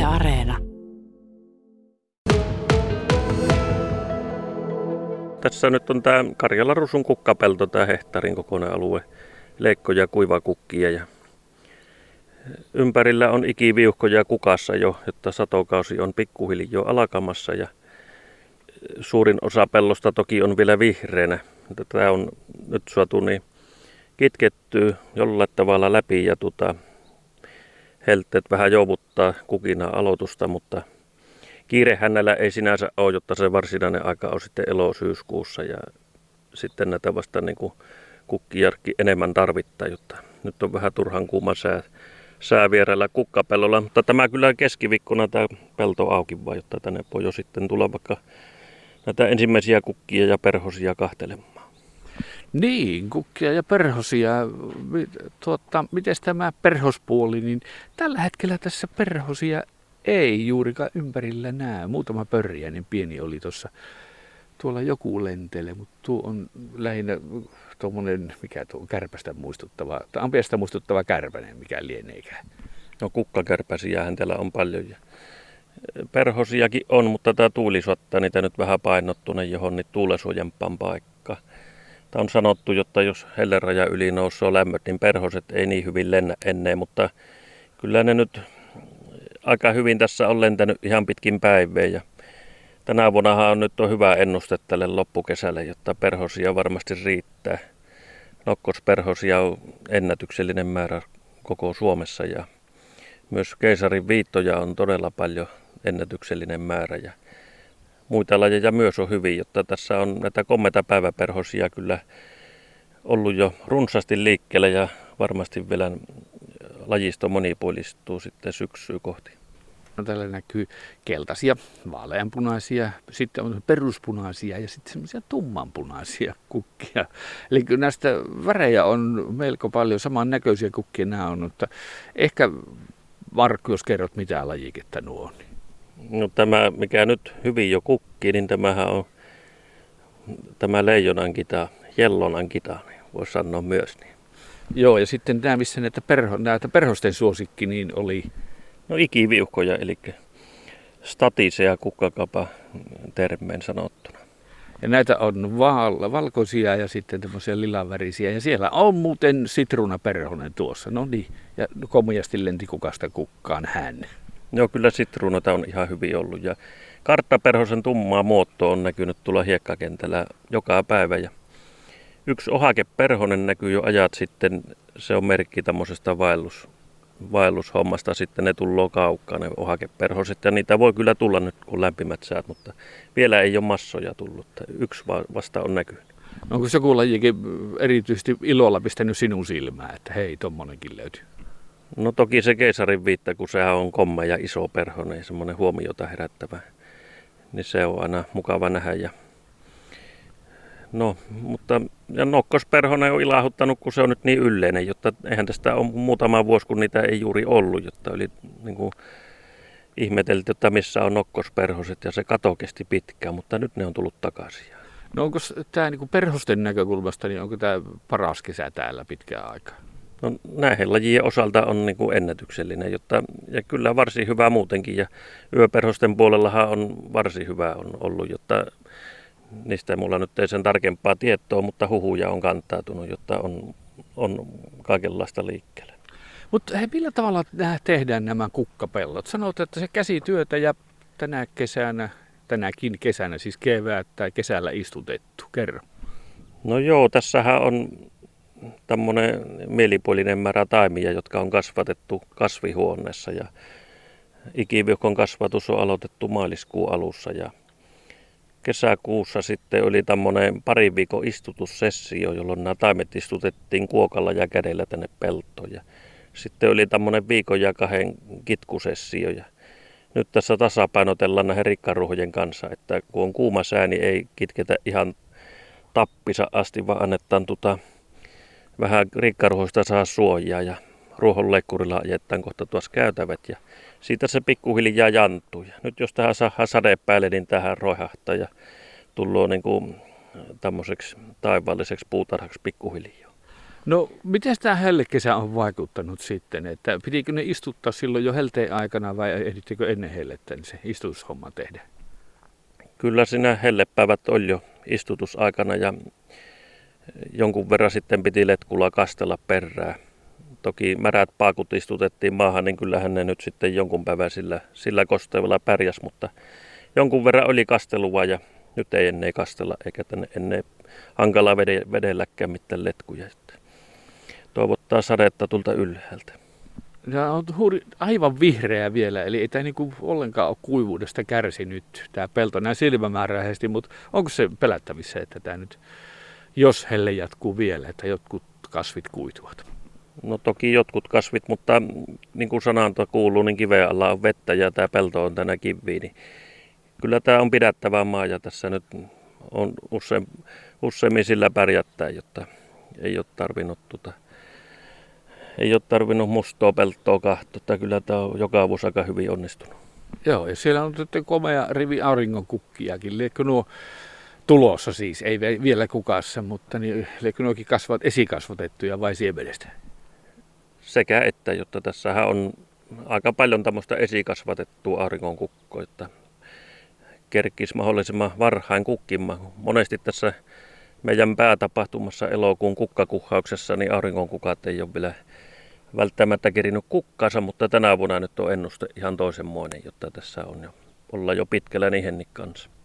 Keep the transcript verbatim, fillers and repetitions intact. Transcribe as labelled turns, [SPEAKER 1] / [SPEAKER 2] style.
[SPEAKER 1] Areena.
[SPEAKER 2] Tässä nyt on tämä Karjala-Rusun kukkapelto, tämä hehtaarin kokoinen alue, leikkoja, kuivakukkia ja ympärillä on ikiviuhkoja kukassa jo, jotta satokausi on pikkuhiljaa alkamassa ja suurin osa pellosta toki on vielä vihreänä. Tämä on nyt saatu niin kitkettyä jollain tavalla läpi ja tuota, helteet vähän jouvuttaa kukina aloitusta, mutta kiire hänellä ei sinänsä ole, jotta se varsinainen aika on sitten elo-syyskuussa ja sitten näitä vasta niin kuin kukkijarkki enemmän tarvittaa, jotta nyt on vähän turhan kuuma sää, sää vierellä kukkapellolla, mutta tämä kyllä keskiviikkona tämä pelto auki vaan, jotta tänne voi jo sitten tulla vaikka näitä ensimmäisiä kukkia ja perhosia kahtelemaan.
[SPEAKER 3] Niin, kukkia ja perhosia. Tuota, miten tämä perhospuoli, niin tällä hetkellä tässä perhosia ei juurikaan ympärillä näe. Muutama pörjäinen pieni oli tuossa. Tuolla joku lentelee, mutta tuo on lähinnä tuommoinen, mikä tuo kärpästä muistuttava, tai ampiasta muistuttava kärpänen, mikä lieneekään.
[SPEAKER 2] No kukkakärpäsiähän täällä on paljon ja perhosiakin on, mutta tämä tuuli saattaa niitä nyt vähän painottuneen johonkin tuulesuojampaan paikkaan. Tämä on sanottu, jotta jos helleraja yli nousee lämmöt, niin perhoset ei niin hyvin lennä ennen, mutta kyllä ne nyt aika hyvin tässä on lentänyt ihan pitkin päivää. Ja tänä vuonnahan on nyt on hyvä ennuste tälle loppukesälle, jotta perhosia varmasti riittää. Nokkosperhosia on ennätyksellinen määrä koko Suomessa ja myös keisarin viittoja on todella paljon ennätyksellinen määrä. Ja muita lajeja myös on hyvin, jotta tässä on näitä komeita päiväperhosia kyllä ollut jo runsaasti liikkeellä ja varmasti vielä lajisto monipuolistuu sitten syksyä kohti.
[SPEAKER 3] No, täällä näkyy keltaisia, vaaleanpunaisia, sitten on peruspunaisia ja sitten semmoisia tummanpunaisia kukkia. Eli näistä värejä on melko paljon, samannäköisiä kukkia nämä on, mutta ehkä Markku, jos kerrot mitä lajiketta nuo on.
[SPEAKER 2] No tämä, mikä nyt hyvin jo kukkii, niin tämähän on tämä leijonankita, jellonankita, voisi sanoa myös. Niin.
[SPEAKER 3] Joo, ja sitten nämä, missä näitä, perho, näitä perhosten suosikki, niin oli...
[SPEAKER 2] No ikiviuhkoja, eli statisea kukkakapa termeen sanottuna.
[SPEAKER 3] Ja näitä on val- valkoisia ja sitten tämmöisiä lilavärisiä. Ja siellä on muuten sitruunaperhonen tuossa. No niin, ja komiasti lenti kukasta kukkaan hän.
[SPEAKER 2] Joo, kyllä sitruunata on ihan hyvin ollut. Ja karttaperhosen tummaa muotoa on näkynyt tuolla hiekkakentällä joka päivä. Ja yksi ohakeperhonen näkyy jo ajat sitten. Se on merkki tämmöisestä vaellus, vaellushommasta. Sitten ne tulloo kaukkaan, ne ohakeperhoset. Ja niitä voi kyllä tulla nyt, kun lämpimät säät, mutta vielä ei ole massoja tullut. Yksi vasta on näkynyt.
[SPEAKER 3] No, onko joku lajikin erityisesti ilolla pistänyt sinun silmään, että hei, tommonenkin löytyy?
[SPEAKER 2] No toki se keisarin viitta, kun sehän on komme ja iso perhonen ja semmoinen huomiota herättävä, niin se on aina mukava nähdä. Ja no, mutta ja nokkosperhonen on ilahduttanut, kun se on nyt niin yleinen, jotta eihän tästä ole muutama vuosi, kun niitä ei juuri ollut, jotta oli niin kuin ihmetelty, että missä on nokkosperhoset ja se kato kesti pitkään, mutta nyt ne on tullut takaisin.
[SPEAKER 3] No onko tämä niin kuin perhosten näkökulmasta, niin onko tämä paras kesä täällä pitkään aikaa?
[SPEAKER 2] No näiden lajien osalta on niin kuin ennätyksellinen, jotta, ja kyllä varsin hyvä muutenkin, ja yöperhosten puolellahan on varsin hyvä on ollut, jotta niistä mulla nyt ei sen tarkempaa tietoa, mutta huhuja on kantautunut, jotta on, on kaikenlaista liikkeellä.
[SPEAKER 3] Mutta hei, millä tavalla tehdään nämä kukkapellot? Sanoit, että se käsityötä ja tänä kesänä, tänäkin kesänä, siis kevät tai kesällä istutettu. Kerro.
[SPEAKER 2] No joo, tässähän on tämmöinen mielipuolinen määrä taimia, jotka on kasvatettu kasvihuoneessa ja ikiviuhkon kasvatus on aloitettu maaliskuun alussa ja kesäkuussa sitten oli tämmöinen parin viikon istutussessio, jolloin nämä taimet istutettiin kuokalla ja kädellä tänne peltoon ja sitten oli tämmöinen viikon ja kahden kitkusessio ja nyt tässä tasapainotellaan näiden rikkaruohojen kanssa, että kun on kuuma sää, niin ei kitketä ihan tappisa asti, vaan annetaan tota vähän rikkaruohoista saa suojaa ja ruohonleikkurilla ajetaan kohta tuossa käytävät ja siitä se pikkuhiljaa jantuu. Ja nyt jos tähän saadaan sade päälle, niin tähän roihahtaa ja tullaan niin kuin tämmöiseksi taivaalliseksi puutarhaksi pikkuhiljaa.
[SPEAKER 3] No, miten tämä hellekesä on vaikuttanut sitten? Että pitikö ne istuttaa silloin jo helteen aikana vai ehdittekö ennen hellettä niin se istutushomma tehdä?
[SPEAKER 2] Kyllä siinä hellepäivät oli jo istutusaikana ja jonkun verran sitten piti letkulla kastella perää. Toki märät paakut istutettiin maahan, niin kyllähän ne nyt sitten jonkun päivän sillä, sillä kosteudella pärjäs, mutta jonkun verran oli kastelua ja nyt ei ennen kastella eikä tänne ennen hankala vedelläkään mitään letkuja. Toivottaa sadetta tulta ylhäältä.
[SPEAKER 3] Tämä on huuri, aivan vihreä vielä, eli ei tämä niinku ollenkaan ole kuivuudesta kärsinyt tämä pelto näin silmämääräisesti, mutta onko se pelättävissä, että tämä nyt, jos helle jatkuu vielä, että jotkut kasvit kuituvat?
[SPEAKER 2] No toki jotkut kasvit, mutta niin kuin sananta kuuluu, niin kiveen alla on vettä ja tämä pelto on tänä kiviä, niin kyllä tämä on pidättävä maa ja tässä nyt on usein, useimmin sillä pärjättää, jotta ei ole tarvinnut, tuota, ei ole tarvinnut mustoa peltoa kahtoa. Kyllä tämä on joka vuosi aika hyvin onnistunut.
[SPEAKER 3] Joo, ja siellä on sitten komea rivi auringonkukkiakin. Liekö nuo tulossa siis, ei vielä kukassa, mutta niin, liekö nuokin kasvat esikasvatettuja vai siemenestä?
[SPEAKER 2] Sekä että, jotta tässähän on aika paljon tämmöistä esikasvatettua auringonkukkoa, että kerkisi mahdollisimman varhain kukkimaan. Monesti tässä meidän päätapahtumassa elokuun kukkakuhauksessa niin auringonkukat ei ole vielä välttämättä kerinyt kukkaansa, mutta tänä vuonna nyt on ennuste ihan toisenmoinen, jotta tässä on jo, ollaan jo pitkällä niihenkin kanssa.